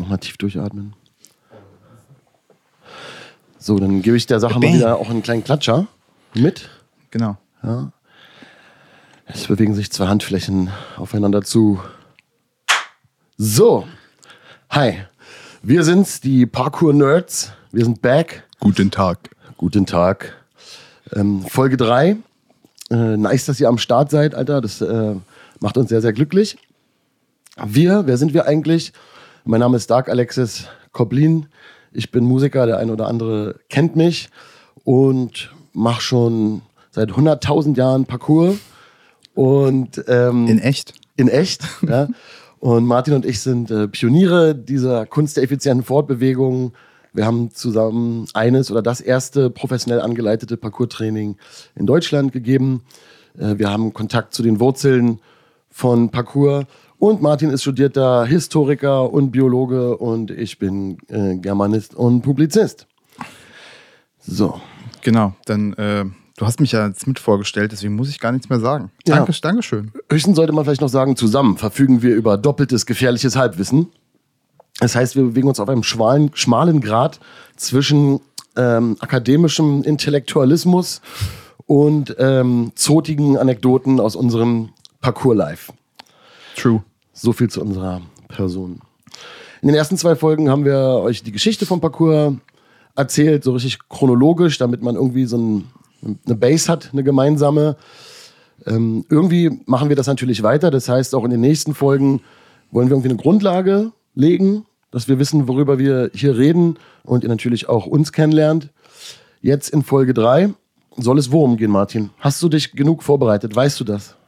Nochmal tief durchatmen. So, dann gebe ich der Sache mal wieder auch einen kleinen Klatscher mit. Genau. Ja. Es bewegen sich 2 Handflächen aufeinander zu. So. Hi. Wir sind's, die Parkour-Nerds. Wir sind back. Guten Tag. Guten Tag. Folge 3. Nice, dass ihr am Start seid, Alter. Das macht uns sehr, sehr glücklich. Wer sind wir eigentlich? Mein Name ist Dark Alexis Koblin. Ich bin Musiker, der eine oder andere kennt mich und mache schon seit 100.000 Jahren Parkour. Und, in echt? In echt, ja. Und Martin und ich sind Pioniere dieser Kunst der effizienten Fortbewegung. Wir haben zusammen das erste professionell angeleitete Parkour-Training in Deutschland gegeben. Wir haben Kontakt zu den Wurzeln von Parkour. Und Martin ist studierter Historiker und Biologe und ich bin Germanist und Publizist. So. Genau, dann du hast mich ja jetzt mit vorgestellt, deswegen muss ich gar nichts mehr sagen. Ja. Dankeschön. Höchstens sollte man vielleicht noch sagen, zusammen verfügen wir über doppeltes gefährliches Halbwissen. Das heißt, wir bewegen uns auf einem schmalen Grat zwischen akademischem Intellektualismus und zotigen Anekdoten aus unserem Parkour-Life. True. So viel zu unserer Person. In den ersten 2 Folgen haben wir euch die Geschichte vom Parkour erzählt, so richtig chronologisch, damit man irgendwie so eine Base hat, eine gemeinsame. Irgendwie machen wir das natürlich weiter. Das heißt, auch in den nächsten Folgen wollen wir irgendwie eine Grundlage legen, dass wir wissen, worüber wir hier reden und ihr natürlich auch uns kennenlernt. Jetzt in Folge 3 soll es worum gehen, Martin? Hast du dich genug vorbereitet? Weißt du das?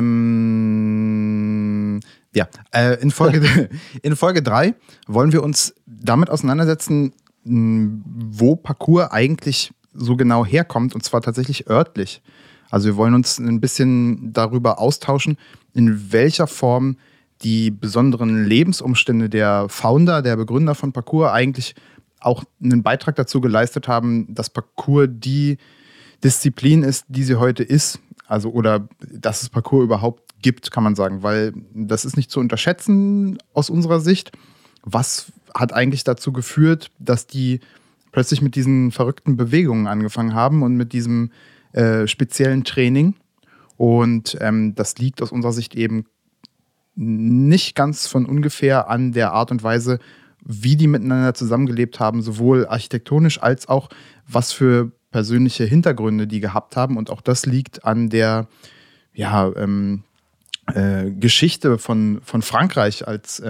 Ja. In Folge 3 wollen wir uns damit auseinandersetzen, wo Parkour eigentlich so genau herkommt, und zwar tatsächlich örtlich. Also wir wollen uns ein bisschen darüber austauschen, in welcher Form die besonderen Lebensumstände der Founder, der Begründer von Parkour eigentlich auch einen Beitrag dazu geleistet haben, dass Parkour die Disziplin ist, die sie heute ist. Also, oder dass es Parkour überhaupt gibt, kann man sagen, weil das ist nicht zu unterschätzen aus unserer Sicht. Was hat eigentlich dazu geführt, dass die plötzlich mit diesen verrückten Bewegungen angefangen haben und mit diesem speziellen Training? Und das liegt aus unserer Sicht eben nicht ganz von ungefähr an der Art und Weise, wie die miteinander zusammengelebt haben, sowohl architektonisch als auch was für persönliche Hintergründe die gehabt haben. Und auch das liegt an der Geschichte von Frankreich als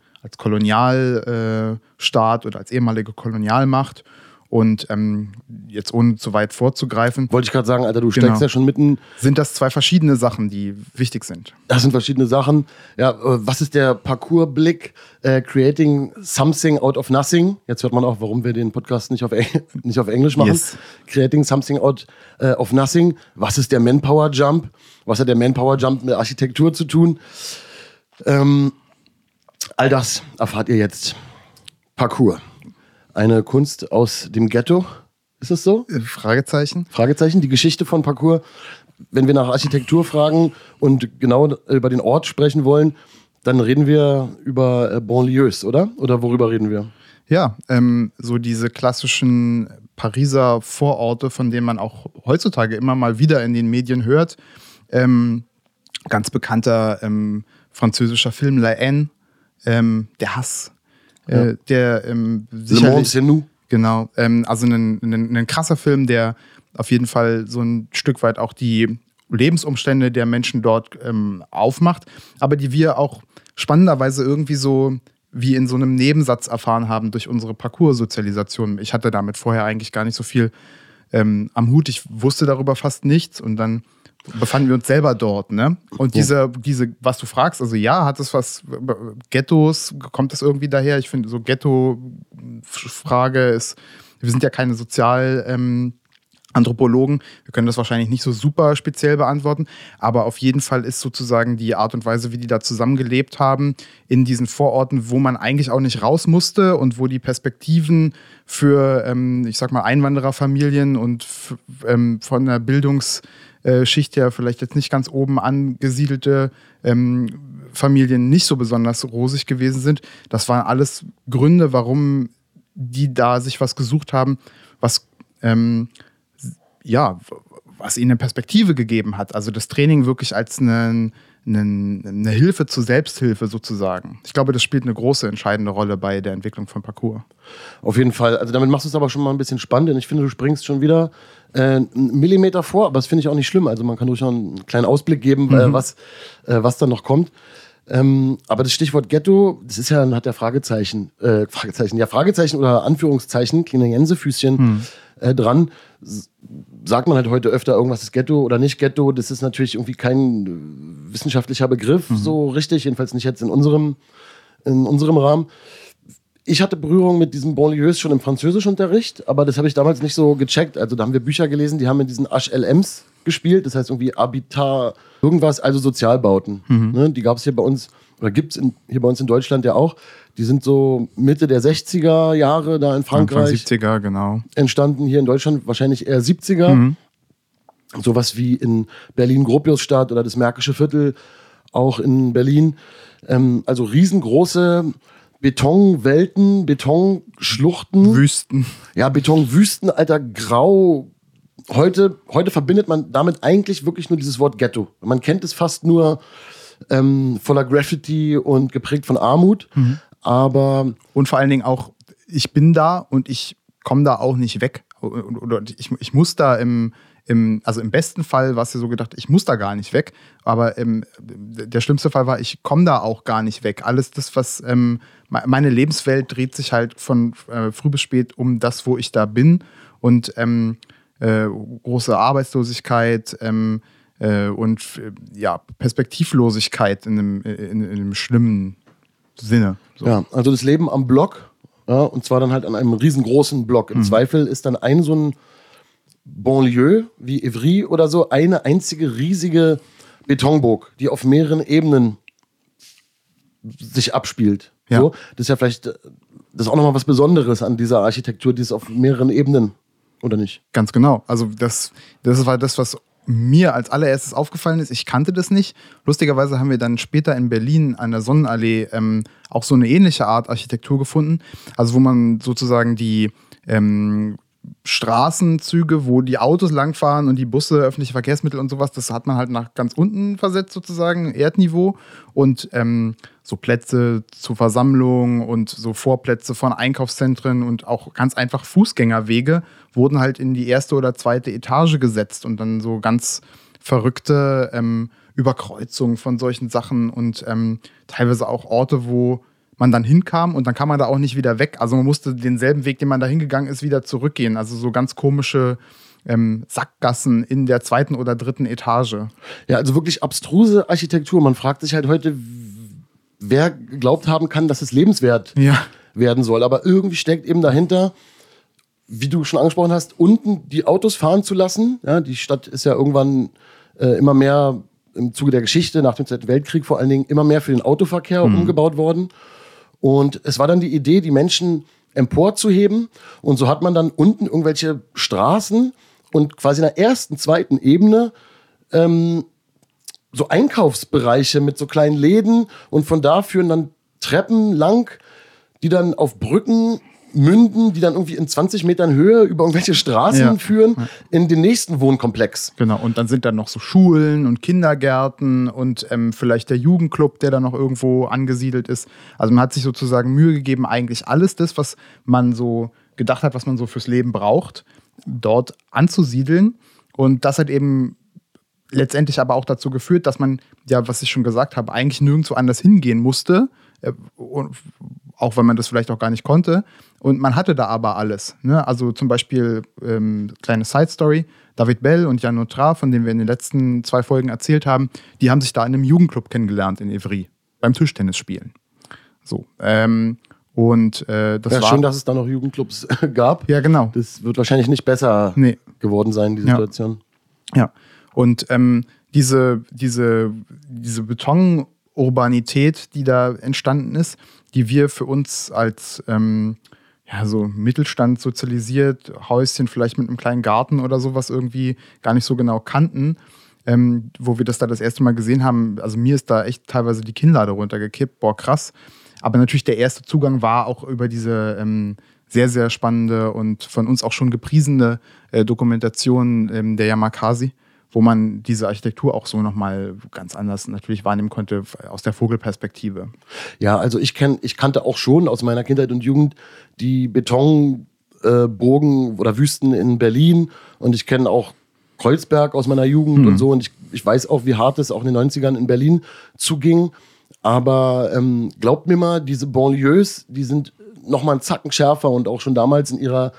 Kolonialstaat oder als ehemalige Kolonialmacht. Und jetzt ohne zu weit vorzugreifen. Wollte ich gerade sagen, Alter, du steckst ja schon mitten. Sind das 2 verschiedene Sachen, die wichtig sind? Das sind verschiedene Sachen. Ja, was ist der Parkour-Blick? Creating something out of nothing. Jetzt hört man auch, warum wir den Podcast nicht auf Englisch machen. Yes. Creating something out of nothing. Was ist der Manpower-Jump? Was hat der Manpower-Jump mit Architektur zu tun? All das erfahrt ihr jetzt. Parkour. Eine Kunst aus dem Ghetto, ist es so? Fragezeichen. Die Geschichte von Parkour. Wenn wir nach Architektur fragen und genau über den Ort sprechen wollen, dann reden wir über Banlieues, oder? Oder worüber reden wir? Ja, so diese klassischen Pariser Vororte, von denen man auch heutzutage immer mal wieder in den Medien hört. Ganz bekannter französischer Film La Haine, der Hass. Ja. Der Le Monde c'est nous. Genau, also ein krasser Film, der auf jeden Fall so ein Stück weit auch die Lebensumstände der Menschen dort aufmacht, aber die wir auch spannenderweise irgendwie so wie in so einem Nebensatz erfahren haben durch unsere Parcours-Sozialisation. Ich hatte damit vorher eigentlich gar nicht so viel am Hut, ich wusste darüber fast nichts und dann befanden wir uns selber dort, ne? Und diese, was du fragst, also ja, hat es was, Ghettos, kommt das irgendwie daher? Ich finde, so Ghetto-Frage ist, wir sind ja keine Sozialanthropologen, wir können das wahrscheinlich nicht so super speziell beantworten, aber auf jeden Fall ist sozusagen die Art und Weise, wie die da zusammengelebt haben, in diesen Vororten, wo man eigentlich auch nicht raus musste und wo die Perspektiven für, ich sag mal, Einwandererfamilien und von der Schicht ja vielleicht jetzt nicht ganz oben angesiedelte Familien nicht so besonders rosig gewesen sind. Das waren alles Gründe, warum die da sich was gesucht haben, was was ihnen eine Perspektive gegeben hat. Also das Training wirklich als eine Hilfe zur Selbsthilfe sozusagen. Ich glaube, das spielt eine große, entscheidende Rolle bei der Entwicklung von Parkour. Auf jeden Fall. Also damit machst du es aber schon mal ein bisschen spannend, denn ich finde, du springst schon wieder einen Millimeter vor, aber das finde ich auch nicht schlimm. Also man kann durchaus einen kleinen Ausblick geben, was dann noch kommt. Aber das Stichwort Ghetto, das ist ja, hat ja Fragezeichen oder Anführungszeichen, kleine Gänsefüßchen dran. Sagt man halt heute öfter, irgendwas ist Ghetto oder nicht Ghetto. Das ist natürlich irgendwie kein wissenschaftlicher Begriff, so richtig, jedenfalls nicht jetzt in unserem Rahmen. Ich hatte Berührung mit diesem Banlieues schon im Französischunterricht, aber das habe ich damals nicht so gecheckt. Also da haben wir Bücher gelesen, die haben in diesen HLMs gespielt, das heißt irgendwie Habitat, irgendwas, also Sozialbauten. Ne? Die gab es hier bei uns, oder gibt es hier bei uns in Deutschland ja auch. Die sind so Mitte der 60er Jahre da in Frankreich. Anfang 70er, genau. Entstanden, hier in Deutschland wahrscheinlich eher 70er. Sowas wie in Berlin-Gropiusstadt oder das Märkische Viertel, auch in Berlin. Also riesengroße Betonwelten, Betonschluchten. Wüsten. Ja, Betonwüsten, alter, grau. Heute verbindet man damit eigentlich wirklich nur dieses Wort Ghetto. Man kennt es fast nur voller Graffiti und geprägt von Armut. Aber und vor allen Dingen auch, ich bin da und ich komme da auch nicht weg. Oder ich muss da also im besten Fall war es ja so gedacht, ich muss da gar nicht weg. Aber der schlimmste Fall war, ich komme da auch gar nicht weg. Alles das, was meine Lebenswelt dreht sich halt von früh bis spät um das, wo ich da bin. Und große Arbeitslosigkeit und Perspektivlosigkeit in einem schlimmen Sinne. So. Ja, also das Leben am Block, ja, und zwar dann halt an einem riesengroßen Block. Im Zweifel ist dann so ein Banlieue wie Évry oder so eine einzige riesige Betonburg, die auf mehreren Ebenen sich abspielt. Ja. So, das ist ja vielleicht das ist auch nochmal was Besonderes an dieser Architektur, die ist auf mehreren Ebenen, oder nicht? Ganz genau. Also das war das, was mir als allererstes aufgefallen ist. Ich kannte das nicht. Lustigerweise haben wir dann später in Berlin an der Sonnenallee auch so eine ähnliche Art Architektur gefunden. Also wo man sozusagen die Straßenzüge, wo die Autos langfahren und die Busse, öffentliche Verkehrsmittel und sowas, das hat man halt nach ganz unten versetzt sozusagen, Erdniveau. Und so Plätze zur Versammlung und so Vorplätze von Einkaufszentren und auch ganz einfach Fußgängerwege wurden halt in die erste oder zweite Etage gesetzt und dann so ganz verrückte Überkreuzungen von solchen Sachen und teilweise auch Orte, wo man dann hinkam und dann kam man da auch nicht wieder weg. Also man musste denselben Weg, den man da hingegangen ist, wieder zurückgehen. Also so ganz komische Sackgassen in der zweiten oder dritten Etage. Ja, also wirklich abstruse Architektur. Man fragt sich halt heute, wer geglaubt haben kann, dass es lebenswert werden soll. Aber irgendwie steckt eben dahinter, wie du schon angesprochen hast, unten die Autos fahren zu lassen. Ja, die Stadt ist ja irgendwann immer mehr im Zuge der Geschichte, nach dem Zweiten Weltkrieg vor allen Dingen, immer mehr für den Autoverkehr umgebaut worden. Und es war dann die Idee, die Menschen emporzuheben. Und so hat man dann unten irgendwelche Straßen und quasi in der ersten, zweiten Ebene so Einkaufsbereiche mit so kleinen Läden. Und von da führen dann Treppen lang, die dann auf Brücken münden, die dann irgendwie in 20 Metern Höhe über irgendwelche Straßen führen in den nächsten Wohnkomplex. Genau, und dann sind da noch so Schulen und Kindergärten und vielleicht der Jugendclub, der da noch irgendwo angesiedelt ist. Also man hat sich sozusagen Mühe gegeben, eigentlich alles das, was man so gedacht hat, was man so fürs Leben braucht, dort anzusiedeln. Und das hat eben letztendlich aber auch dazu geführt, dass man, ja, was ich schon gesagt habe, eigentlich nirgendwo anders hingehen musste, auch wenn man das vielleicht auch gar nicht konnte. Und man hatte da aber alles. Ne? Also zum Beispiel, kleine Side-Story, David Bell und Jan Notra, von denen wir in den letzten 2 Folgen erzählt haben, die haben sich da in einem Jugendclub kennengelernt in Évry, beim Tischtennisspielen. So, und das war schön, dass es da noch Jugendclubs gab. Ja, genau. Das wird wahrscheinlich nicht besser geworden sein, die Situation. Ja. Und diese Betonurbanität, die da entstanden ist, die wir für uns als so Mittelstand sozialisiert, Häuschen vielleicht mit einem kleinen Garten oder sowas irgendwie gar nicht so genau kannten, wo wir das da das erste Mal gesehen haben. Also mir ist da echt teilweise die Kinnlade runtergekippt. Boah, krass. Aber natürlich der erste Zugang war auch über diese sehr, sehr spannende und von uns auch schon gepriesene Dokumentation der Yamakasi, wo man diese Architektur auch so nochmal ganz anders natürlich wahrnehmen konnte aus der Vogelperspektive. Ja, also ich kannte auch schon aus meiner Kindheit und Jugend die Betonburgen oder Wüsten in Berlin und ich kenne auch Kreuzberg aus meiner Jugend und so und ich weiß auch, wie hart es auch in den 90ern in Berlin zuging. Aber glaubt mir mal, diese Banlieues, die sind nochmal einen Zacken schärfer und auch schon damals in ihrer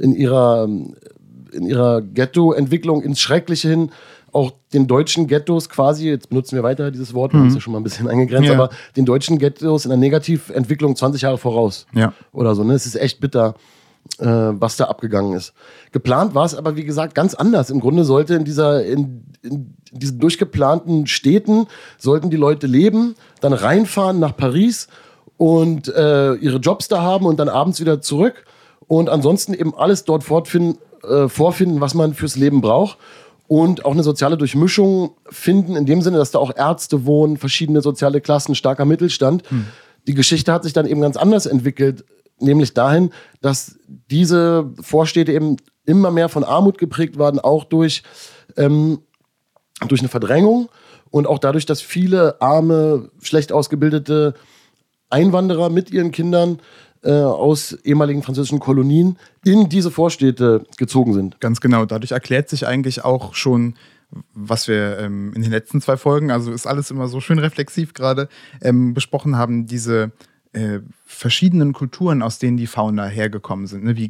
Ghetto-Entwicklung ins Schreckliche hin, auch den deutschen Ghettos quasi, jetzt benutzen wir weiter dieses Wort, wir haben es ja schon mal ein bisschen eingegrenzt, aber den deutschen Ghettos in der Negativentwicklung 20 Jahre voraus. Ja. Oder so, ne? Es ist echt bitter, was da abgegangen ist. Geplant war es aber, wie gesagt, ganz anders. Im Grunde sollte in diesen durchgeplanten Städten sollten die Leute leben, dann reinfahren nach Paris und ihre Jobs da haben und dann abends wieder zurück und ansonsten eben alles dort vorfinden, was man fürs Leben braucht und auch eine soziale Durchmischung finden, in dem Sinne, dass da auch Ärzte wohnen, verschiedene soziale Klassen, starker Mittelstand. Die Geschichte hat sich dann eben ganz anders entwickelt, nämlich dahin, dass diese Vorstädte eben immer mehr von Armut geprägt waren, auch durch eine Verdrängung und auch dadurch, dass viele arme, schlecht ausgebildete Einwanderer mit ihren Kindern aus ehemaligen französischen Kolonien in diese Vorstädte gezogen sind. Ganz genau. Dadurch erklärt sich eigentlich auch schon, was wir in den letzten 2 Folgen, also ist alles immer so schön reflexiv gerade, besprochen haben, diese verschiedenen Kulturen, aus denen die Fauna hergekommen sind. Ne?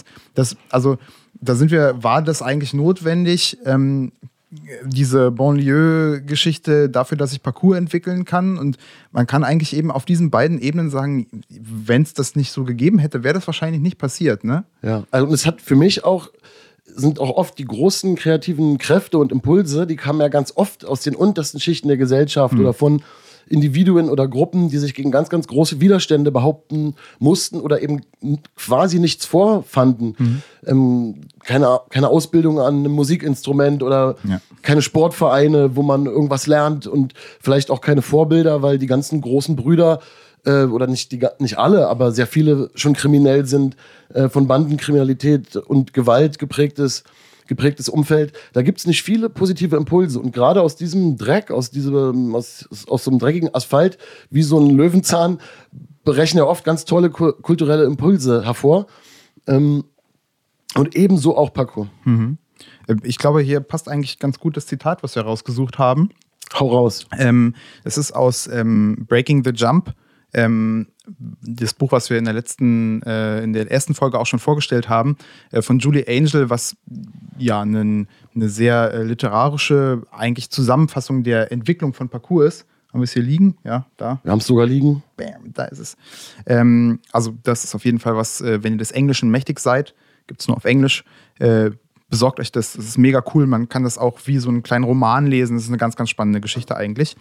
War das eigentlich notwendig, diese Banlieue-Geschichte dafür, dass ich Parcours entwickeln kann. Und man kann eigentlich eben auf diesen beiden Ebenen sagen, wenn es das nicht so gegeben hätte, wäre das wahrscheinlich nicht passiert. Ne? Ja, also es hat für mich auch, sind auch oft die großen kreativen Kräfte und Impulse, die kamen ja ganz oft aus den untersten Schichten der Gesellschaft oder von Individuen oder Gruppen, die sich gegen ganz, ganz große Widerstände behaupten mussten oder eben quasi nichts vorfanden. Keine Ausbildung an einem Musikinstrument oder keine Sportvereine, wo man irgendwas lernt und vielleicht auch keine Vorbilder, weil die ganzen großen Brüder oder nicht alle, aber sehr viele schon kriminell sind, von Bandenkriminalität und Gewalt geprägtes Umfeld. Da gibt es nicht viele positive Impulse. Und gerade aus diesem Dreck, aus so einem dreckigen Asphalt, wie so ein Löwenzahn, brechen ja oft ganz tolle kulturelle Impulse hervor. Und ebenso auch Parcours. Ich glaube, hier passt eigentlich ganz gut das Zitat, was wir rausgesucht haben. Hau raus. Es ist aus Breaking the Jump. Das Buch, was wir in der ersten Folge auch schon vorgestellt haben, von Julie Angel, was ja eine sehr literarische eigentlich Zusammenfassung der Entwicklung von Parcours ist. Haben wir es hier liegen? Ja, da. Wir haben es sogar liegen. Bam, da ist es. Also das ist auf jeden Fall was, wenn ihr des Englischen mächtig seid, gibt es nur auf Englisch, besorgt euch das. Das ist mega cool. Man kann das auch wie so einen kleinen Roman lesen. Das ist eine ganz, ganz spannende Geschichte eigentlich.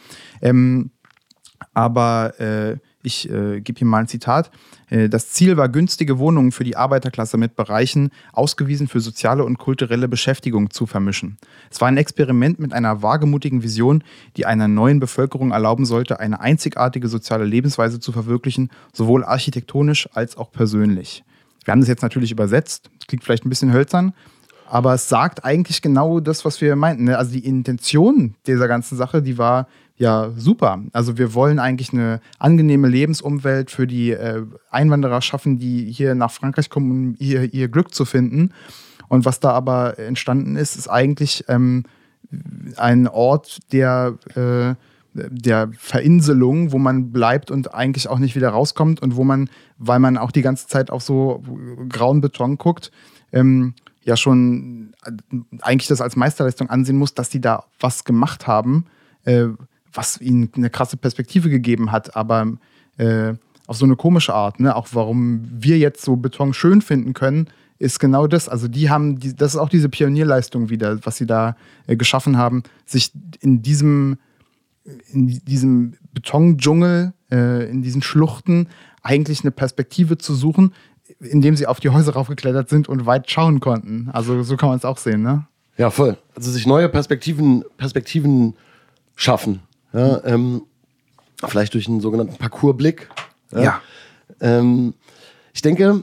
Ich gebe hier mal ein Zitat. Das Ziel war, günstige Wohnungen für die Arbeiterklasse mit Bereichen, ausgewiesen für soziale und kulturelle Beschäftigung, zu vermischen. Es war ein Experiment mit einer wagemutigen Vision, die einer neuen Bevölkerung erlauben sollte, eine einzigartige soziale Lebensweise zu verwirklichen, sowohl architektonisch als auch persönlich. Wir haben das jetzt natürlich übersetzt. Das klingt vielleicht ein bisschen hölzern, aber es sagt eigentlich genau das, was wir meinten. Ne? Also die Intention dieser ganzen Sache, die war ja super. Also wir wollen eigentlich eine angenehme Lebensumwelt für die Einwanderer schaffen, die hier nach Frankreich kommen, um ihr Glück zu finden. Und was da aber entstanden ist, ist eigentlich ein Ort der Verinselung, wo man bleibt und eigentlich auch nicht wieder rauskommt und wo man, weil man auch die ganze Zeit auf so grauen Beton guckt, ja schon eigentlich das als Meisterleistung ansehen muss, dass die da was gemacht haben, was ihnen eine krasse Perspektive gegeben hat, aber auf so eine komische Art. Ne? Auch warum wir jetzt so Beton schön finden können, ist genau das. Also das ist auch diese Pionierleistung wieder, was sie da geschaffen haben, sich in diesem Betondschungel, in diesen Schluchten eigentlich eine Perspektive zu suchen, indem sie auf die Häuser raufgeklettert sind und weit schauen konnten. Also so kann man es auch sehen, ne? Ja, voll. Also sich neue Perspektiven schaffen. Ja, vielleicht durch einen sogenannten Parcoursblick. Ja. Ich denke,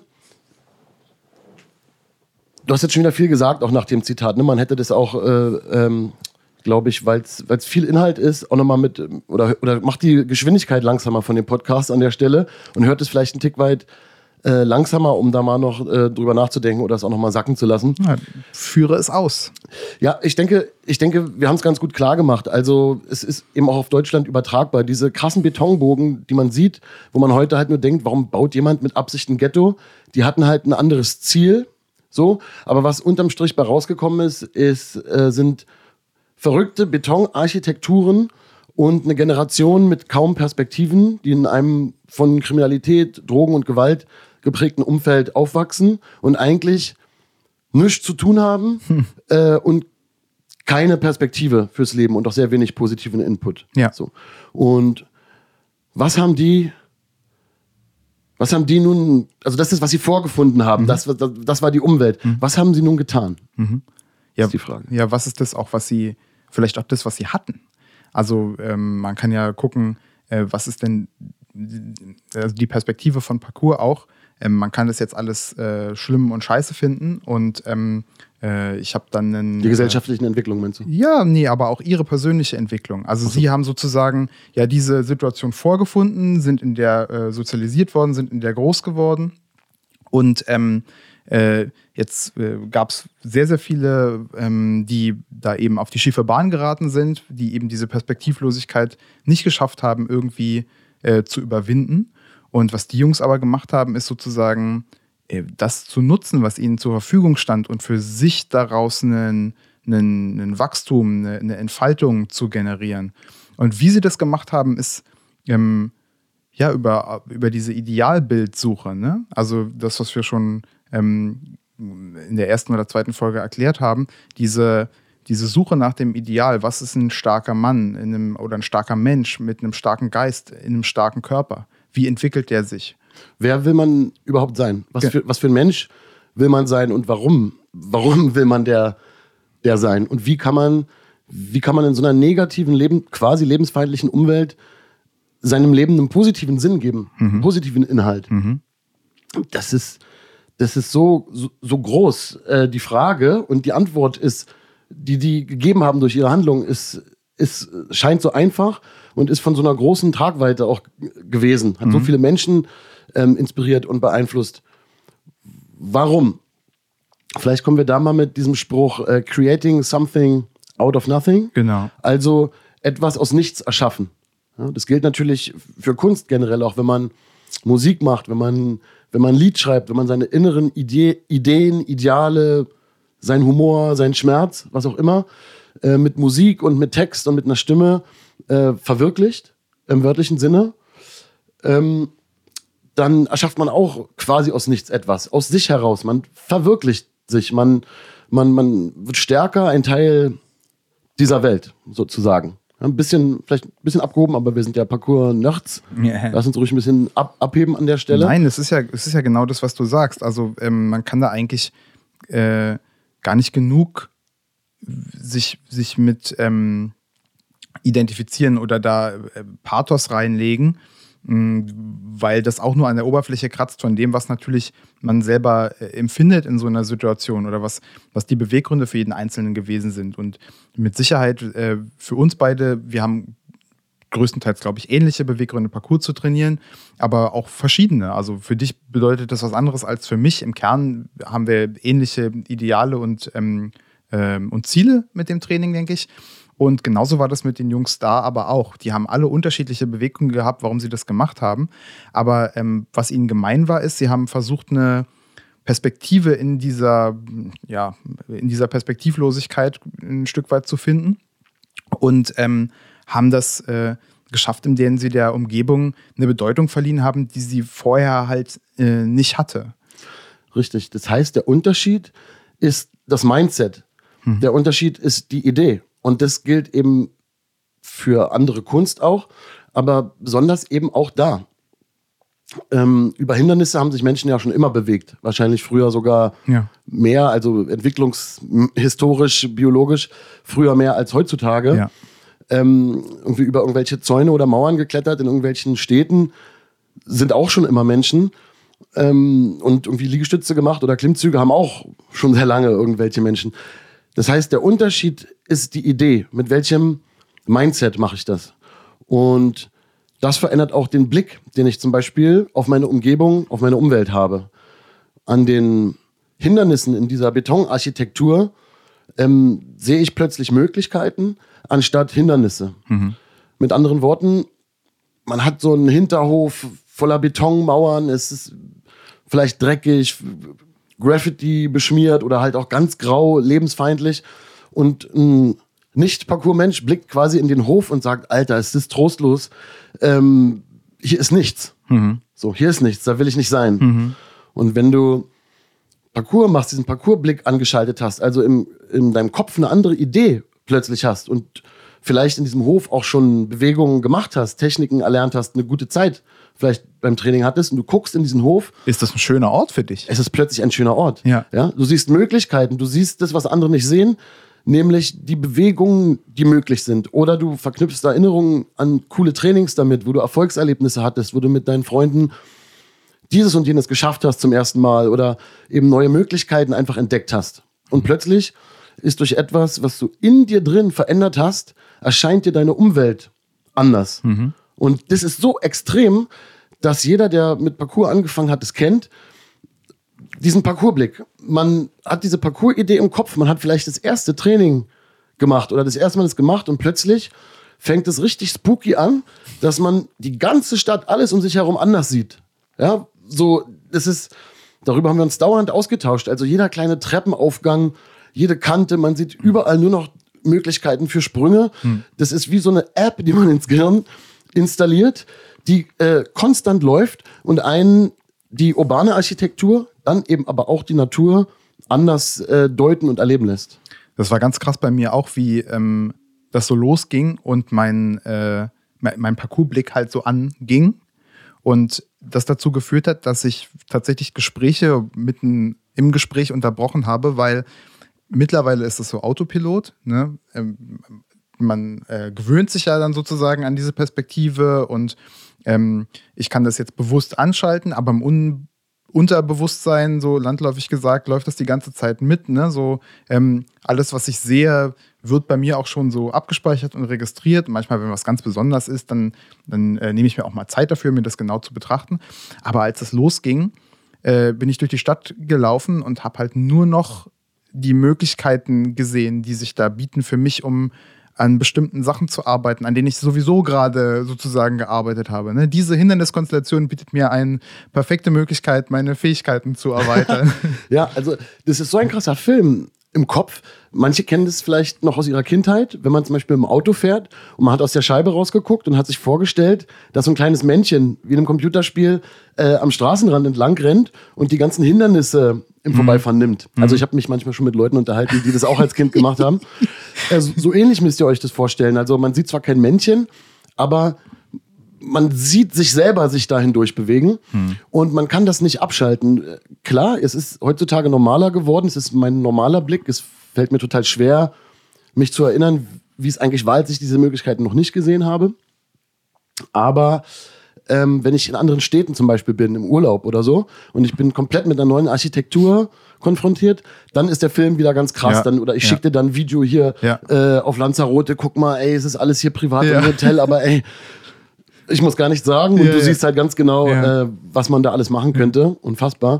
du hast jetzt schon wieder viel gesagt, auch nach dem Zitat. Ne? Man hätte das auch, glaube ich, weil es viel Inhalt ist, auch nochmal mit, oder macht die Geschwindigkeit langsamer von dem Podcast an der Stelle und hört es vielleicht einen Tick weit langsamer, um da mal noch drüber nachzudenken oder es auch nochmal sacken zu lassen. Ja, führe es aus. Ja, ich denke, wir haben es ganz gut klar gemacht. Also es ist eben auch auf Deutschland übertragbar. Diese krassen Betonbogen, die man sieht, wo man heute halt nur denkt, warum baut jemand mit Absicht ein Ghetto? Die hatten halt ein anderes Ziel. So, aber was unterm Strich bei rausgekommen ist, sind verrückte Betonarchitekturen und eine Generation mit kaum Perspektiven, die in einem von Kriminalität, Drogen und Gewalt geprägten Umfeld aufwachsen und eigentlich nichts zu tun haben und keine Perspektive fürs Leben und auch sehr wenig positiven Input. Ja. So. Und was haben die nun, also das ist, was sie vorgefunden haben, das war die Umwelt. Was haben sie nun getan? Ja, ist die Frage. Ja, was ist das auch, was sie hatten? Also man kann ja gucken, was ist denn die Perspektive von Parcours auch. Man kann das jetzt alles schlimm und scheiße finden und ich habe dann die gesellschaftlichen Entwicklungen, meinst du? Ja, nee, aber auch ihre persönliche Entwicklung. Also sie haben sozusagen ja diese Situation vorgefunden, sind in der sozialisiert worden, sind in der groß geworden und jetzt gab es sehr, sehr viele, die da eben auf die schiefe Bahn geraten sind, die eben diese Perspektivlosigkeit nicht geschafft haben, irgendwie zu überwinden. Und was die Jungs aber gemacht haben, ist sozusagen das zu nutzen, was ihnen zur Verfügung stand und für sich daraus einen Wachstum, eine Entfaltung zu generieren. Und wie sie das gemacht haben, ist über diese Idealbildsuche. Ne? Also das, was wir schon in der ersten oder zweiten Folge erklärt haben, diese Suche nach dem Ideal, was ist ein starker Mann oder ein starker Mensch mit einem starken Geist, in einem starken Körper? Wie entwickelt der sich? Wer will man überhaupt sein? Was für ein Mensch will man sein und warum? Warum will man der sein? Und wie kann man in so einer negativen, quasi lebensfeindlichen Umwelt seinem Leben einen positiven Sinn geben, einen positiven Inhalt? Das ist so groß. Die Frage und die Antwort ist, die gegeben haben durch ihre Handlung, scheint so einfach und ist von so einer großen Tragweite auch gewesen. Hat so viele Menschen inspiriert und beeinflusst. Warum? Vielleicht kommen wir da mal mit diesem Spruch, creating something out of nothing. Genau. Also etwas aus nichts erschaffen. Ja, das gilt natürlich für Kunst generell, auch wenn man Musik macht, wenn man ein Lied schreibt, wenn man seine inneren Ideen, Ideale, sein Humor, sein Schmerz, was auch immer, mit Musik und mit Text und mit einer Stimme verwirklicht, im wörtlichen Sinne, dann erschafft man auch quasi aus nichts etwas, aus sich heraus. Man verwirklicht sich, man wird stärker, ein Teil dieser Welt, sozusagen. Vielleicht ein bisschen abgehoben, aber wir sind ja Parcours-Nerds. Yeah. Lass uns ruhig ein bisschen abheben an der Stelle. Nein, es ist ja genau das, was du sagst. Also man kann da eigentlich gar nicht genug sich mit identifizieren oder da Pathos reinlegen, weil das auch nur an der Oberfläche kratzt von dem, was natürlich man selber empfindet in so einer Situation oder was die Beweggründe für jeden Einzelnen gewesen sind. Und mit Sicherheit für uns beide, wir haben größtenteils, glaube ich, ähnliche Beweggründe, Parcours zu trainieren, aber auch verschiedene. Also für dich bedeutet das was anderes als für mich. Im Kern haben wir ähnliche Ideale und Ziele mit dem Training, denke ich. Und genauso war das mit den Jungs da aber auch. Die haben alle unterschiedliche Bewegungen gehabt, warum sie das gemacht haben. Aber was ihnen gemein war, ist, sie haben versucht, eine Perspektive in dieser Perspektivlosigkeit ein Stück weit zu finden. Und haben das geschafft, indem sie der Umgebung eine Bedeutung verliehen haben, die sie vorher halt nicht hatte. Richtig. Das heißt, der Unterschied ist das Mindset. Der Unterschied ist die Idee. Und das gilt eben für andere Kunst auch, aber besonders eben auch da. über Hindernisse haben sich Menschen ja schon immer bewegt. Wahrscheinlich früher sogar mehr, also entwicklungshistorisch, biologisch, früher mehr als heutzutage. Ja. Irgendwie über irgendwelche Zäune oder Mauern geklettert in irgendwelchen Städten sind auch schon immer Menschen. Und irgendwie Liegestütze gemacht oder Klimmzüge haben auch schon sehr lange irgendwelche Menschen. Das heißt, der Unterschied ist die Idee. Mit welchem Mindset mache ich das? Und das verändert auch den Blick, den ich zum Beispiel auf meine Umgebung, auf meine Umwelt habe. An den Hindernissen in dieser Betonarchitektur sehe ich plötzlich Möglichkeiten anstatt Hindernisse. Mit anderen Worten, man hat so einen Hinterhof voller Betonmauern, es ist vielleicht dreckig, Graffiti beschmiert oder halt auch ganz grau, lebensfeindlich. Und ein Nicht-Parcours-Mensch blickt quasi in den Hof und sagt, Alter, es ist trostlos, hier ist nichts. So, hier ist nichts, da will ich nicht sein. Und wenn du Parcours machst, diesen Parcours-Blick angeschaltet hast, also in deinem Kopf eine andere Idee plötzlich hast und vielleicht in diesem Hof auch schon Bewegungen gemacht hast, Techniken erlernt hast, eine gute Zeit vielleicht beim Training hattest und du guckst in diesen Hof. Ist das ein schöner Ort für dich? Es ist plötzlich ein schöner Ort. Ja. Du siehst Möglichkeiten, du siehst das, was andere nicht sehen, nämlich die Bewegungen, die möglich sind. Oder du verknüpfst Erinnerungen an coole Trainings damit, wo du Erfolgserlebnisse hattest, wo du mit deinen Freunden dieses und jenes geschafft hast zum ersten Mal oder eben neue Möglichkeiten einfach entdeckt hast. Und plötzlich ist durch etwas, was du in dir drin verändert hast, erscheint dir deine Umwelt anders. Und das ist so extrem, dass jeder, der mit Parcours angefangen hat, es kennt, diesen Parcoursblick. Man hat diese Parcours-Idee im Kopf, man hat vielleicht das erste Training gemacht oder das erste Mal das gemacht und plötzlich fängt es richtig spooky an, dass man die ganze Stadt, alles um sich herum anders sieht. Ja, so, das ist, darüber haben wir uns dauernd ausgetauscht. Also jeder kleine Treppenaufgang, jede Kante, man sieht überall nur noch Möglichkeiten für Sprünge. Das ist wie so eine App, die man ins Gehirn installiert, die konstant läuft und einen die urbane Architektur, dann eben aber auch die Natur anders deuten und erleben lässt. Das war ganz krass bei mir auch, wie das so losging und mein Parcoursblick halt so anging und das dazu geführt hat, dass ich tatsächlich Gespräche mitten im Gespräch unterbrochen habe, weil mittlerweile ist es so Autopilot, ne? Man gewöhnt sich ja dann sozusagen an diese Perspektive und ich kann das jetzt bewusst anschalten, aber im Unterbewusstsein, so landläufig gesagt, läuft das die ganze Zeit mit. Ne? So, alles, was ich sehe, wird bei mir auch schon so abgespeichert und registriert. Manchmal, wenn was ganz besonders ist, dann nehme ich mir auch mal Zeit dafür, mir das genau zu betrachten. Aber als es losging, bin ich durch die Stadt gelaufen und habe halt nur noch die Möglichkeiten gesehen, die sich da bieten für mich, um an bestimmten Sachen zu arbeiten, an denen ich sowieso gerade sozusagen gearbeitet habe. Ne? Diese Hinderniskonstellation bietet mir eine perfekte Möglichkeit, meine Fähigkeiten zu erweitern. Ja, also das ist so ein krasser Film im Kopf. Manche kennen das vielleicht noch aus ihrer Kindheit, wenn man zum Beispiel im Auto fährt und man hat aus der Scheibe rausgeguckt und hat sich vorgestellt, dass so ein kleines Männchen wie in einem Computerspiel am Straßenrand entlang rennt und die ganzen Hindernisse im Vorbeifahren nimmt. Also ich habe mich manchmal schon mit Leuten unterhalten, die das auch als Kind gemacht haben. So ähnlich müsst ihr euch das vorstellen. Also man sieht zwar kein Männchen, aber man sieht sich selber sich dahin durchbewegen und man kann das nicht abschalten. Klar, es ist heutzutage normaler geworden, es ist mein normaler Blick, es fällt mir total schwer, mich zu erinnern, wie es eigentlich war, als ich diese Möglichkeiten noch nicht gesehen habe. Aber wenn ich in anderen Städten zum Beispiel bin, im Urlaub oder so, und ich bin komplett mit einer neuen Architektur konfrontiert, dann ist der Film wieder ganz krass. Ja. Oder ich schicke dir dann ein Video hier auf Lanzarote, guck mal, ey, es ist alles hier privat im Hotel, aber ey, ich muss gar nichts sagen und du siehst halt ganz genau, was man da alles machen könnte. Unfassbar.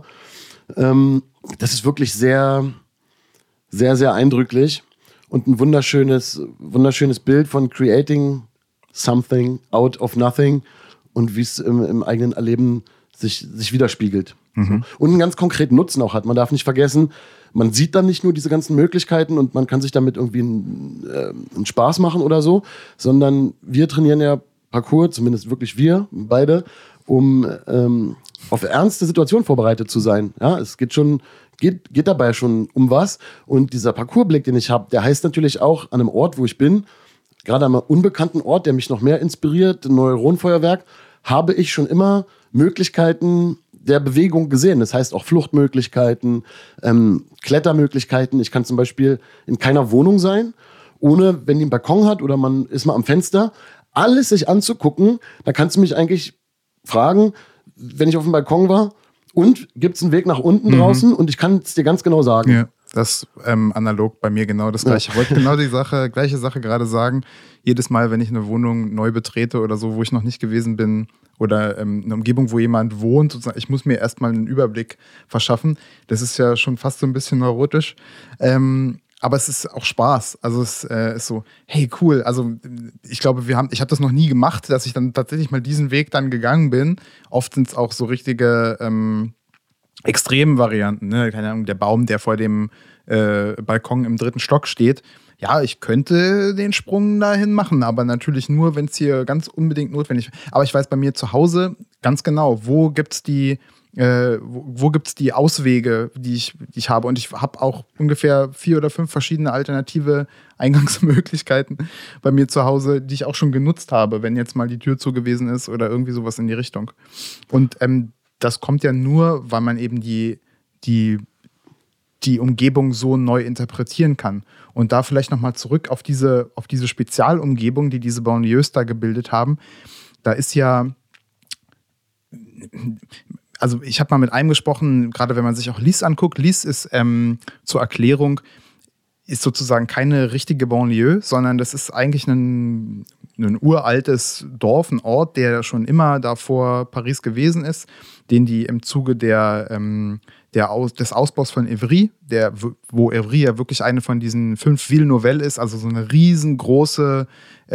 Das ist wirklich sehr, sehr, sehr eindrücklich und ein wunderschönes Bild von creating something out of nothing und wie es im eigenen Erleben sich widerspiegelt. So. Und einen ganz konkreten Nutzen auch hat. Man darf nicht vergessen, man sieht dann nicht nur diese ganzen Möglichkeiten und man kann sich damit irgendwie einen Spaß machen oder so, sondern wir trainieren ja Parcours, zumindest wirklich wir beide, um auf ernste Situationen vorbereitet zu sein. Ja, es geht dabei schon um was. Und dieser Parcoursblick, den ich habe, der heißt natürlich auch an einem Ort, wo ich bin, gerade an einem unbekannten Ort, der mich noch mehr inspiriert, ein Neuronenfeuerwerk, habe ich schon immer Möglichkeiten der Bewegung gesehen. Das heißt auch Fluchtmöglichkeiten, Klettermöglichkeiten. Ich kann zum Beispiel in keiner Wohnung sein, ohne, wenn die einen Balkon hat oder man ist mal am Fenster, alles sich anzugucken. Da kannst du mich eigentlich fragen, wenn ich auf dem Balkon war, und gibt es einen Weg nach unten draußen? Und ich kann es dir ganz genau sagen. Ja, das analog bei mir genau das Gleiche. Ich wollte genau die gleiche Sache gerade sagen. Jedes Mal, wenn ich eine Wohnung neu betrete oder so, wo ich noch nicht gewesen bin, oder eine Umgebung, wo jemand wohnt, sozusagen, ich muss mir erstmal einen Überblick verschaffen. Das ist ja schon fast so ein bisschen neurotisch. Aber es ist auch Spaß. Also es ist so, hey, cool. Also ich glaube, ich habe das noch nie gemacht, dass ich dann tatsächlich mal diesen Weg dann gegangen bin. Oft sind es auch so richtige extremen Varianten. Ne? Keine Ahnung, der Baum, der vor dem Balkon im 3. Stock steht. Ja, ich könnte den Sprung dahin machen, aber natürlich nur, wenn es hier ganz unbedingt notwendig ist. Aber ich weiß bei mir zu Hause ganz genau, wo gibt's die Auswege, die ich habe. Und ich habe auch ungefähr 4 oder 5 verschiedene alternative Eingangsmöglichkeiten bei mir zu Hause, die ich auch schon genutzt habe, wenn jetzt mal die Tür zu gewesen ist oder irgendwie sowas in die Richtung. Und das kommt ja nur, weil man eben die Umgebung so neu interpretieren kann. Und da vielleicht nochmal zurück auf diese Spezialumgebung, die diese Banlieues da gebildet haben. Da ist ja, also ich habe mal mit einem gesprochen, gerade wenn man sich auch Lys anguckt. Lys ist zur Erklärung, ist sozusagen keine richtige Banlieue, sondern das ist eigentlich ein uraltes Dorf, ein Ort, der schon immer da vor Paris gewesen ist, den die im Zuge des Ausbaus von Évry, wo Évry ja wirklich eine von diesen 5 Villes Nouvelles ist, also so eine riesengroße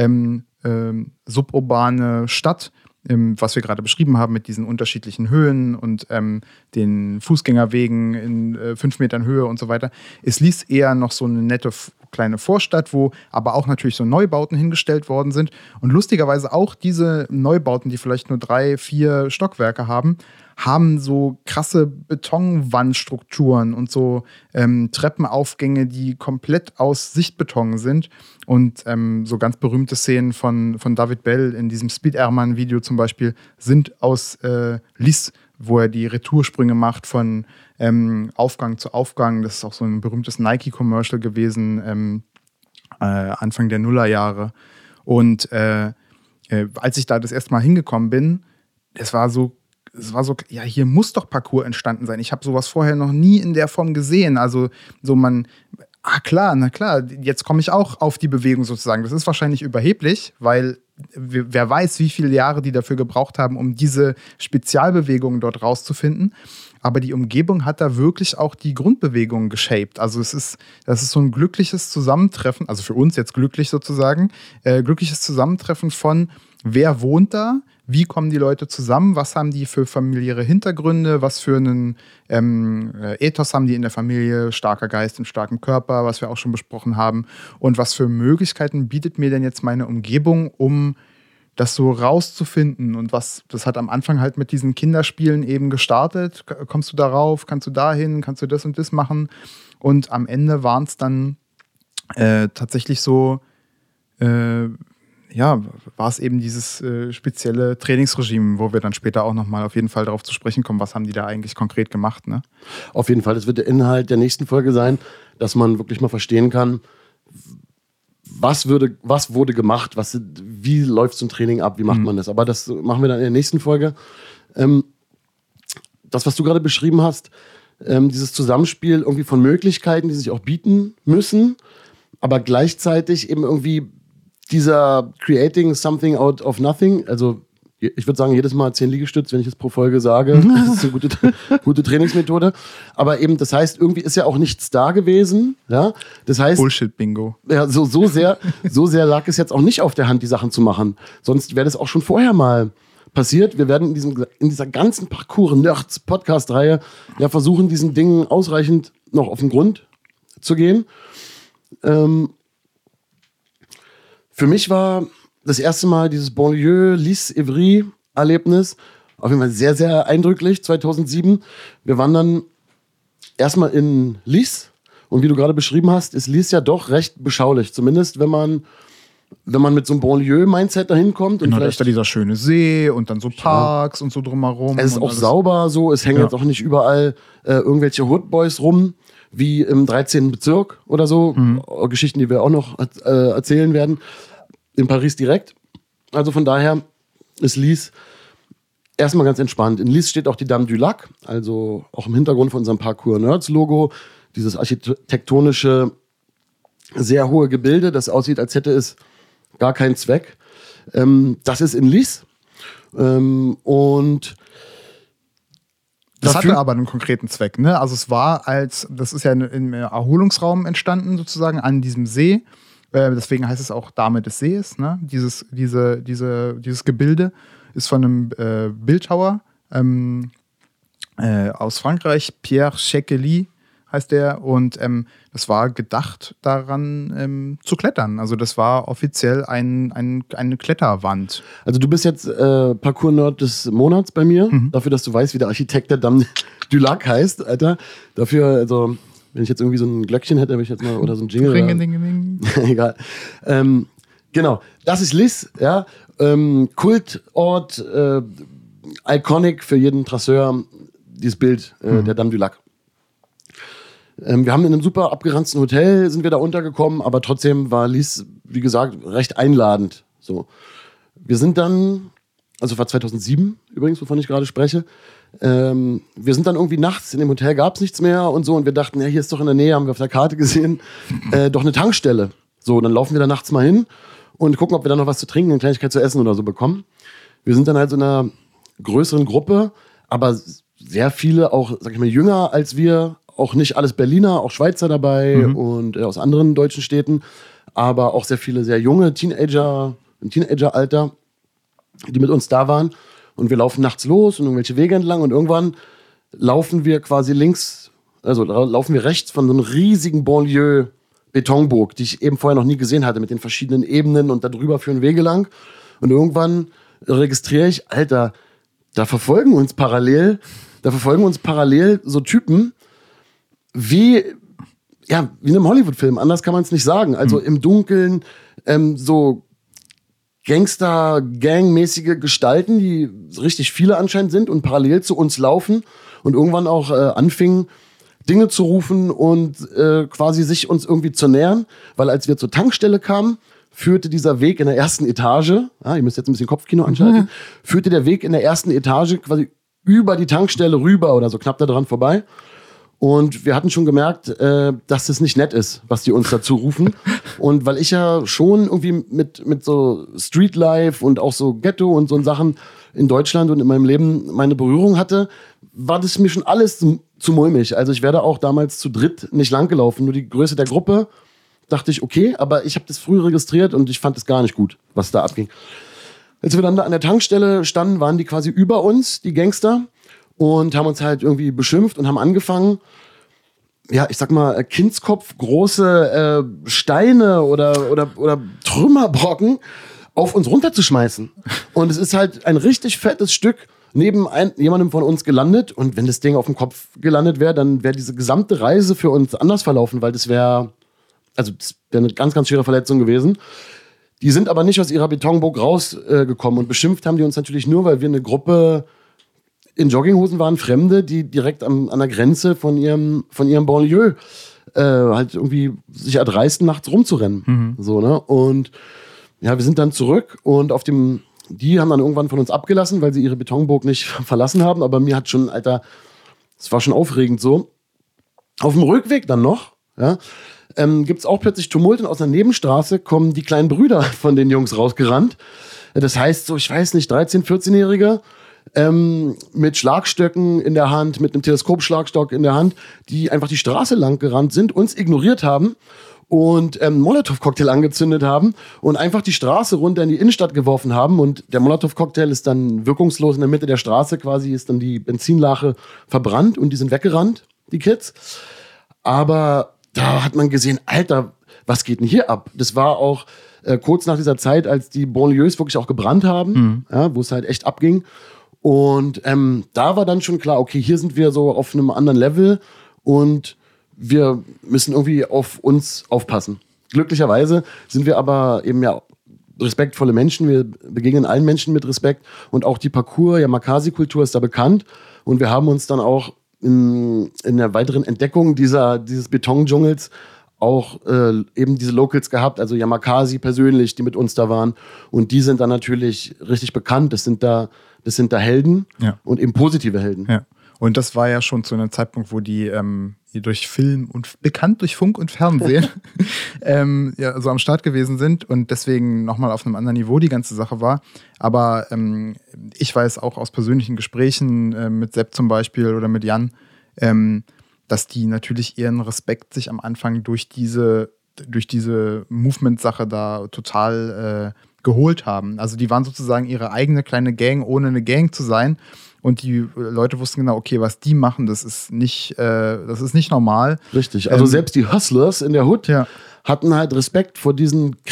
suburbane Stadt, was wir gerade beschrieben haben mit diesen unterschiedlichen Höhen und den Fußgängerwegen in 5 Metern Höhe und so weiter, ist Lys eher noch so eine nette kleine Vorstadt, wo aber auch natürlich so Neubauten hingestellt worden sind. Und lustigerweise auch diese Neubauten, die vielleicht nur 3, 4 Stockwerke haben so krasse Betonwandstrukturen und so Treppenaufgänge, die komplett aus Sichtbeton sind. Und so ganz berühmte Szenen von David Bell in diesem Speed-Airman-Video zum Beispiel sind aus Lys, wo er die Retoursprünge macht von Aufgang zu Aufgang. Das ist auch so ein berühmtes Nike-Commercial gewesen, Anfang der Nullerjahre. Und als ich da das erste Mal hingekommen bin, es war so, ja, hier muss doch Parcours entstanden sein. Ich habe sowas vorher noch nie in der Form gesehen. Also so na klar, jetzt komme ich auch auf die Bewegung sozusagen. Das ist wahrscheinlich überheblich, weil wer weiß, wie viele Jahre die dafür gebraucht haben, um diese Spezialbewegungen dort rauszufinden. Aber die Umgebung hat da wirklich auch die Grundbewegung geshaped. Also das ist so ein glückliches Zusammentreffen, also für uns jetzt glücklich sozusagen, glückliches Zusammentreffen von wer wohnt da, wie kommen die Leute zusammen, was haben die für familiäre Hintergründe, was für einen Ethos haben die in der Familie, starker Geist und starken Körper, was wir auch schon besprochen haben. Und was für Möglichkeiten bietet mir denn jetzt meine Umgebung, um das so rauszufinden? Und das hat am Anfang halt mit diesen Kinderspielen eben gestartet. Kommst du darauf, kannst du dahin, kannst du das und das machen? Und am Ende waren es dann tatsächlich so, war es eben dieses spezielle Trainingsregime, wo wir dann später auch nochmal auf jeden Fall darauf zu sprechen kommen, was haben die da eigentlich konkret gemacht, ne? Auf jeden Fall, das wird der Inhalt der nächsten Folge sein, dass man wirklich mal verstehen kann, was wurde gemacht, wie läuft so ein Training ab, wie macht man das? Aber das machen wir dann in der nächsten Folge. Das, was du gerade beschrieben hast, dieses Zusammenspiel irgendwie von Möglichkeiten, die sich auch bieten müssen, aber gleichzeitig eben irgendwie dieser Creating Something out of nothing, also ich würde sagen, jedes Mal 10 Liegestütz, wenn ich es pro Folge sage, das ist eine gute Trainingsmethode. Aber eben, das heißt, irgendwie ist ja auch nichts da gewesen. Ja? Das heißt, Bullshit-Bingo. Ja, so sehr lag es jetzt auch nicht auf der Hand, die Sachen zu machen. Sonst wäre das auch schon vorher mal passiert. Wir werden in dieser ganzen Parcours-Nerds-Podcast-Reihe ja versuchen, diesen Dingen ausreichend noch auf den Grund zu gehen. Für mich war das erste Mal dieses Banlieue-Lys-Évry-Erlebnis auf jeden Fall sehr, sehr eindrücklich, 2007. Wir waren dann erstmal in Lys und wie du gerade beschrieben hast, ist Lys ja doch recht beschaulich. Zumindest wenn man wenn man mit so einem Banlieue-Mindset dahin kommt. Und da ist da dieser schöne See und dann so Parks und so drumherum. Es ist und auch sauber so, es hängen jetzt auch nicht überall irgendwelche Hoodboys rum, wie im 13. Bezirk oder so. Geschichten, die wir auch noch erzählen werden. In Paris direkt. Also von daher ist Lys erstmal ganz entspannt. In Lys steht auch die Dame du Lac, also auch im Hintergrund von unserem Parkour-Nerds-Logo. Dieses architektonische, sehr hohe Gebilde, das aussieht, als hätte es gar keinen Zweck. Das ist in Lys. Und das hatte aber einen konkreten Zweck, ne? Also das ist ja im Erholungsraum entstanden, sozusagen, an diesem See. Deswegen heißt es auch Dame des Sees, ne? Dieses Gebilde ist von einem Bildhauer aus Frankreich, Pierre Chekely heißt der, und das war gedacht daran zu klettern. Also das war offiziell eine Kletterwand. Also du bist jetzt Parkour-Nerd des Monats bei mir, dafür, dass du weißt, wie der Architekt der Dame du Lac heißt, Alter. Dafür, also wenn ich jetzt irgendwie so ein Glöckchen hätte, würde ich jetzt mal, oder so ein Jingle. Ring. Egal. Genau, das ist Lys, ja. Kultort, iconic für jeden Trasseur, dieses Bild der Dame du Lac. Wir haben in einem super abgeranzten Hotel, sind wir da untergekommen, aber trotzdem war Lys, wie gesagt, recht einladend. So. Wir sind dann, also war 2007 übrigens, wovon ich gerade spreche, wir sind dann irgendwie nachts, in dem Hotel gab es nichts mehr und so, und wir dachten, ja, hier ist doch in der Nähe, haben wir auf der Karte gesehen, doch eine Tankstelle. So, dann laufen wir da nachts mal hin und gucken, ob wir da noch was zu trinken, eine Kleinigkeit zu essen oder so bekommen. Wir sind dann halt so in einer größeren Gruppe, aber sehr viele auch, sag ich mal, jünger als wir, auch nicht alles Berliner, auch Schweizer dabei und aus anderen deutschen Städten, aber auch sehr viele sehr junge Teenager im Teenageralter, die mit uns da waren. Und wir laufen nachts los und irgendwelche Wege entlang und irgendwann laufen wir quasi laufen wir rechts von so einem riesigen Banlieue-Betonburg, die ich eben vorher noch nie gesehen hatte, mit den verschiedenen Ebenen und da drüber führen Wege lang. Und irgendwann registriere ich, Alter, da verfolgen uns parallel so Typen, wie in einem Hollywood-Film, anders kann man es nicht sagen. Also im Dunkeln, so Gangster-Gang-mäßige Gestalten, die richtig viele anscheinend sind und parallel zu uns laufen und irgendwann auch anfingen, Dinge zu rufen und quasi sich uns irgendwie zu nähern, weil als wir zur Tankstelle kamen, führte dieser Weg in der ersten Etage, ihr müsst jetzt ein bisschen Kopfkino anschalten, führte der Weg in der ersten Etage quasi über die Tankstelle rüber oder so knapp da dran vorbei. Und wir hatten schon gemerkt, dass das nicht nett ist, was die uns dazu rufen. Und weil ich ja schon irgendwie mit so Streetlife und auch so Ghetto und so Sachen in Deutschland und in meinem Leben meine Berührung hatte, war das mir schon alles zu mulmig. Also ich wäre da auch damals zu dritt nicht langgelaufen. Nur die Größe der Gruppe dachte ich, okay, aber ich habe das früh registriert und ich fand es gar nicht gut, was da abging. Als wir dann da an der Tankstelle standen, waren die quasi über uns, die Gangster, und haben uns halt irgendwie beschimpft und haben angefangen, ja, ich sag mal, Kindskopf große Steine oder Trümmerbrocken auf uns runterzuschmeißen. Und es ist halt ein richtig fettes Stück neben jemandem von uns gelandet. Und wenn das Ding auf dem Kopf gelandet wäre, dann wäre diese gesamte Reise für uns anders verlaufen, weil das wäre eine ganz, ganz schwere Verletzung gewesen. Die sind aber nicht aus ihrer Betonburg rausgekommen und beschimpft haben die uns natürlich nur, weil wir eine Gruppe in Jogginghosen waren, Fremde, die direkt an der Grenze von ihrem Banlieue halt irgendwie sich erdreisten, nachts rumzurennen. So, ne? Und ja, wir sind dann zurück und die haben dann irgendwann von uns abgelassen, weil sie ihre Betonburg nicht verlassen haben. Aber mir hat schon, Alter, es war schon aufregend so. Auf dem Rückweg dann noch, ja, gibt es auch plötzlich Tumult und aus einer Nebenstraße kommen die kleinen Brüder von den Jungs rausgerannt. Das heißt so, ich weiß nicht, 13-, 14-Jährige mit Schlagstöcken in der Hand, mit einem Teleskopschlagstock in der Hand, die einfach die Straße lang gerannt sind, uns ignoriert haben und Molotow-Cocktail angezündet haben und einfach die Straße runter in die Innenstadt geworfen haben. Und der Molotow-Cocktail ist dann wirkungslos in der Mitte der Straße quasi, ist dann die Benzinlache verbrannt und die sind weggerannt, die Kids. Aber da hat man gesehen, Alter, was geht denn hier ab? Das war auch kurz nach dieser Zeit, als die Banlieues wirklich auch gebrannt haben, ja, wo es halt echt abging. Und da war dann schon klar, okay, hier sind wir so auf einem anderen Level und wir müssen irgendwie auf uns aufpassen. Glücklicherweise sind wir aber eben ja respektvolle Menschen, wir begegnen allen Menschen mit Respekt und auch die Yamakasi-Kultur ist da bekannt und wir haben uns dann auch in der weiteren Entdeckung dieses Betondschungels auch eben diese Locals gehabt, also Yamakasi persönlich, die mit uns da waren und die sind dann natürlich richtig bekannt, das sind da Helden und eben positive Helden. Ja. Und das war ja schon zu einem Zeitpunkt, wo die durch Film und bekannt durch Funk und Fernsehen so am Start gewesen sind und deswegen nochmal auf einem anderen Niveau die ganze Sache war. Aber ich weiß auch aus persönlichen Gesprächen mit Sepp zum Beispiel oder mit Jan, dass die natürlich ihren Respekt sich am Anfang durch diese Movement-Sache da total geholt haben. Also die waren sozusagen ihre eigene kleine Gang, ohne eine Gang zu sein. Und die Leute wussten genau, okay, was die machen, das ist nicht normal. Richtig, also selbst die Hustlers in der Hood hatten halt Respekt vor diesen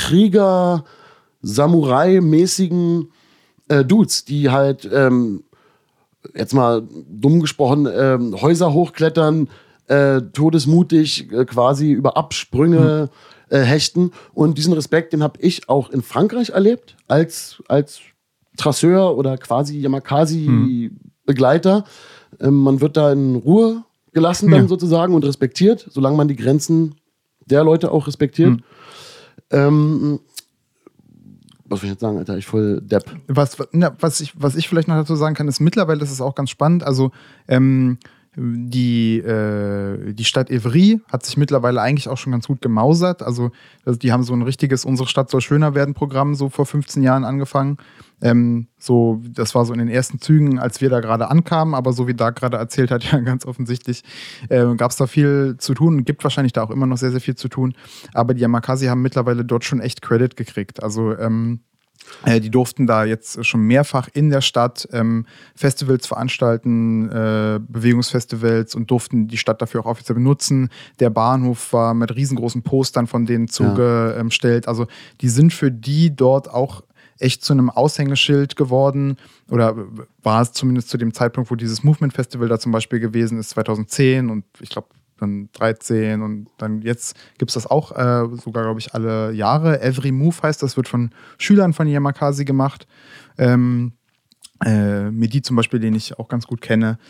Krieger-Samurai-mäßigen Dudes, die halt, jetzt mal dumm gesprochen, Häuser hochklettern, todesmutig quasi über Absprünge hechten. Und diesen Respekt, den habe ich auch in Frankreich erlebt, als Trasseur oder quasi Yamakasi-Begleiter. Man wird da in Ruhe gelassen dann sozusagen und respektiert, solange man die Grenzen der Leute auch respektiert. Was will ich jetzt sagen, Alter? Ich voll Depp. Was ich vielleicht noch dazu sagen kann, ist, mittlerweile ist es auch ganz spannend. Also die Stadt Évry hat sich mittlerweile eigentlich auch schon ganz gut gemausert. Also die haben so ein richtiges Unsere Stadt soll schöner werden Programm so vor 15 Jahren angefangen. Das war so in den ersten Zügen, als wir da gerade ankamen, aber so wie Dark gerade erzählt hat, ja ganz offensichtlich gab es da viel zu tun und gibt wahrscheinlich da auch immer noch sehr, sehr viel zu tun. Aber die Yamakasi haben mittlerweile dort schon echt Credit gekriegt. Also die durften da jetzt schon mehrfach in der Stadt Festivals veranstalten, Bewegungsfestivals und durften die Stadt dafür auch offiziell benutzen. Der Bahnhof war mit riesengroßen Postern von denen zugestellt. Also die sind für die dort auch echt zu einem Aushängeschild geworden oder war es zumindest zu dem Zeitpunkt, wo dieses Movement Festival da zum Beispiel gewesen ist, 2010 und ich glaube dann 13 und dann jetzt gibt es das auch sogar, glaube ich, alle Jahre. Every Move heißt das, wird von Schülern von Yamakasi gemacht. Mehdi zum Beispiel, den ich auch ganz gut kenne,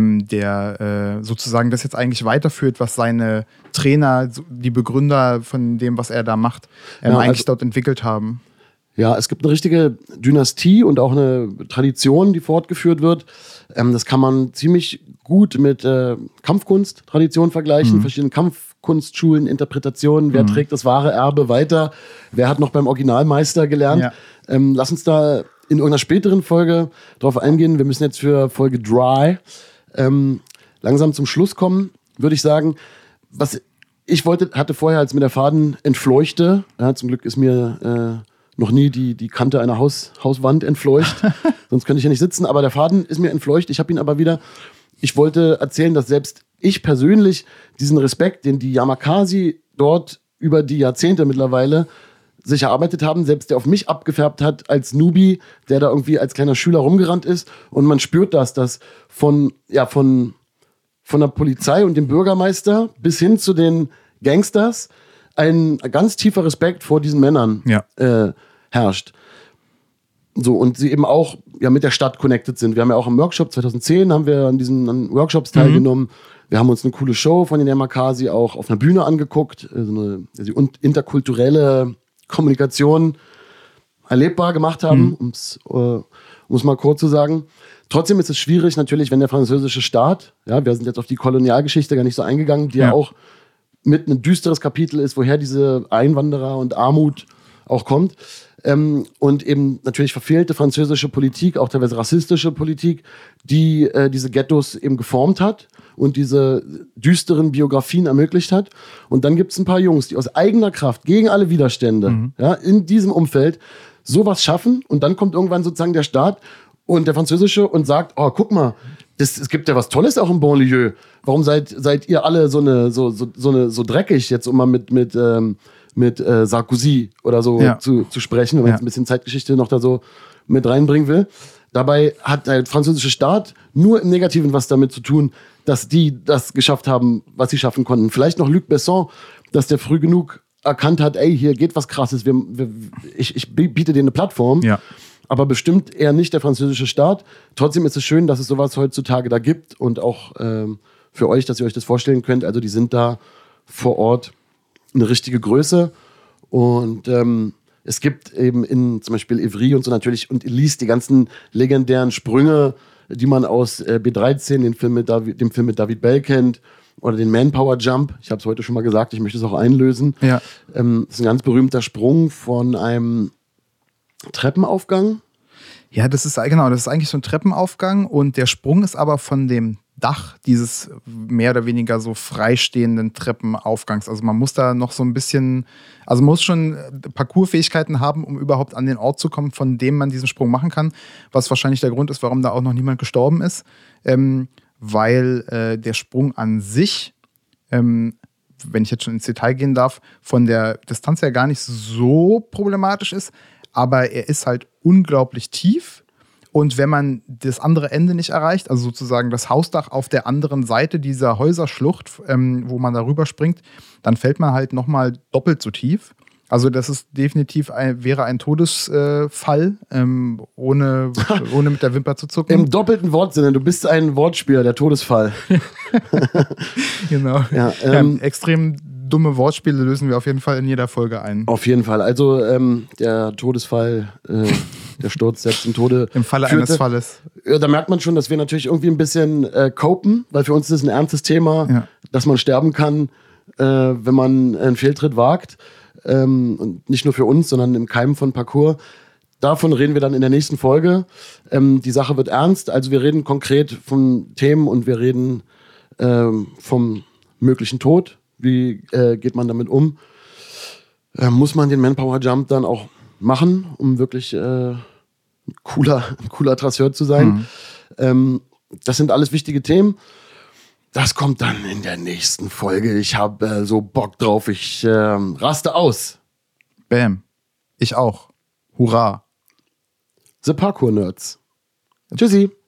der sozusagen das jetzt eigentlich weiterführt, was seine Trainer, die Begründer von dem, was er da macht, eigentlich dort entwickelt haben. Ja, es gibt eine richtige Dynastie und auch eine Tradition, die fortgeführt wird. Das kann man ziemlich gut mit Kampfkunst-Tradition vergleichen, verschiedene Kampfkunstschulen, Interpretationen, wer trägt das wahre Erbe weiter, wer hat noch beim Originalmeister gelernt. Ja. Lass uns da in irgendeiner späteren Folge drauf eingehen. Wir müssen jetzt für Folge Dry langsam zum Schluss kommen, würde ich sagen. Was ich hatte vorher, als mir der Faden entfleuchte, zum Glück ist mir noch nie die Kante einer Hauswand entfleucht. Sonst könnte ich ja nicht sitzen. Aber der Faden ist mir entfleucht. Ich habe ihn aber wieder. Ich wollte erzählen, dass selbst ich persönlich diesen Respekt, den die Yamakasi dort über die Jahrzehnte mittlerweile sich erarbeitet haben, selbst der auf mich abgefärbt hat als Newbie, der da irgendwie als kleiner Schüler rumgerannt ist. Und man spürt dass von der Polizei und dem Bürgermeister bis hin zu den Gangsters ein ganz tiefer Respekt vor diesen Männern herrscht. So, und sie eben auch mit der Stadt connected sind. Wir haben ja auch im Workshop 2010 haben wir an diesen Workshops teilgenommen. Wir haben uns eine coole Show von den Yamakasi auch auf einer Bühne angeguckt, eine interkulturelle Kommunikation erlebbar gemacht haben, um es mal kurz zu sagen. Trotzdem ist es schwierig natürlich, wenn der französische Staat, wir sind jetzt auf die Kolonialgeschichte gar nicht so eingegangen, die ja auch mit ein düsteres Kapitel ist, woher diese Einwanderer und Armut auch kommt. Und eben natürlich verfehlte französische Politik, auch teilweise rassistische Politik, die diese Ghettos eben geformt hat und diese düsteren Biografien ermöglicht hat. Und dann gibt es ein paar Jungs, die aus eigener Kraft gegen alle Widerstände in diesem Umfeld sowas schaffen. Und dann kommt irgendwann sozusagen der Staat und der französische und sagt, oh, guck mal, es gibt ja was Tolles auch im Banlieue. Warum seid ihr alle so dreckig, jetzt um mal mit Sarkozy oder so zu sprechen, wenn man jetzt ein bisschen Zeitgeschichte noch da so mit reinbringen will. Dabei hat der französische Staat nur im Negativen was damit zu tun, dass die das geschafft haben, was sie schaffen konnten. Vielleicht noch Luc Besson, dass der früh genug erkannt hat, ey, hier geht was Krasses, ich biete denen eine Plattform. Ja. Aber bestimmt eher nicht der französische Staat. Trotzdem ist es schön, dass es sowas heutzutage da gibt und auch für euch, dass ihr euch das vorstellen könnt. Also die sind da vor Ort eine richtige Größe und es gibt eben in zum Beispiel Ivry und so natürlich und Elise die ganzen legendären Sprünge, die man aus B13, dem Film mit David Bell kennt oder den Manpower Jump. Ich habe es heute schon mal gesagt, ich möchte es auch einlösen. Ja. Das ist ein ganz berühmter Sprung von einem Treppenaufgang. Ja, das ist eigentlich so ein Treppenaufgang und der Sprung ist aber von dem Dach dieses mehr oder weniger so freistehenden Treppenaufgangs. Also man muss da noch so ein bisschen, also man muss schon Parcoursfähigkeiten haben, um überhaupt an den Ort zu kommen, von dem man diesen Sprung machen kann, was wahrscheinlich der Grund ist, warum da auch noch niemand gestorben ist, weil der Sprung an sich, wenn ich jetzt schon ins Detail gehen darf, von der Distanz her gar nicht so problematisch ist, aber er ist halt unglaublich tief. Und wenn man das andere Ende nicht erreicht, also sozusagen das Hausdach auf der anderen Seite dieser Häuserschlucht, wo man darüber springt, dann fällt man halt nochmal doppelt so tief. Also das ist definitiv wäre ein Todesfall, ohne mit der Wimper zu zucken. Im doppelten Wortsinne, du bist ein Wortspieler, der Todesfall. Genau. Ja, extrem dumme Wortspiele lösen wir auf jeden Fall in jeder Folge ein. Auf jeden Fall. Also der Todesfall, der Sturz selbst im Tode. Im Falle eines Falles. Da merkt man schon, dass wir natürlich irgendwie ein bisschen copen, weil für uns ist es ein ernstes Thema, dass man sterben kann, wenn man einen Fehltritt wagt. Und nicht nur für uns, sondern im Keim von Parcours. Davon reden wir dann in der nächsten Folge. Die Sache wird ernst, also wir reden konkret von Themen und wir reden vom möglichen Tod. Wie geht man damit um? Muss man den Manpower Jump dann auch machen, um wirklich ein cooler Trasseur zu sein? Das sind alles wichtige Themen. Das kommt dann in der nächsten Folge. Ich habe so Bock drauf. Ich raste aus. Bam. Ich auch. Hurra. The Parkour Nerds. Tschüssi.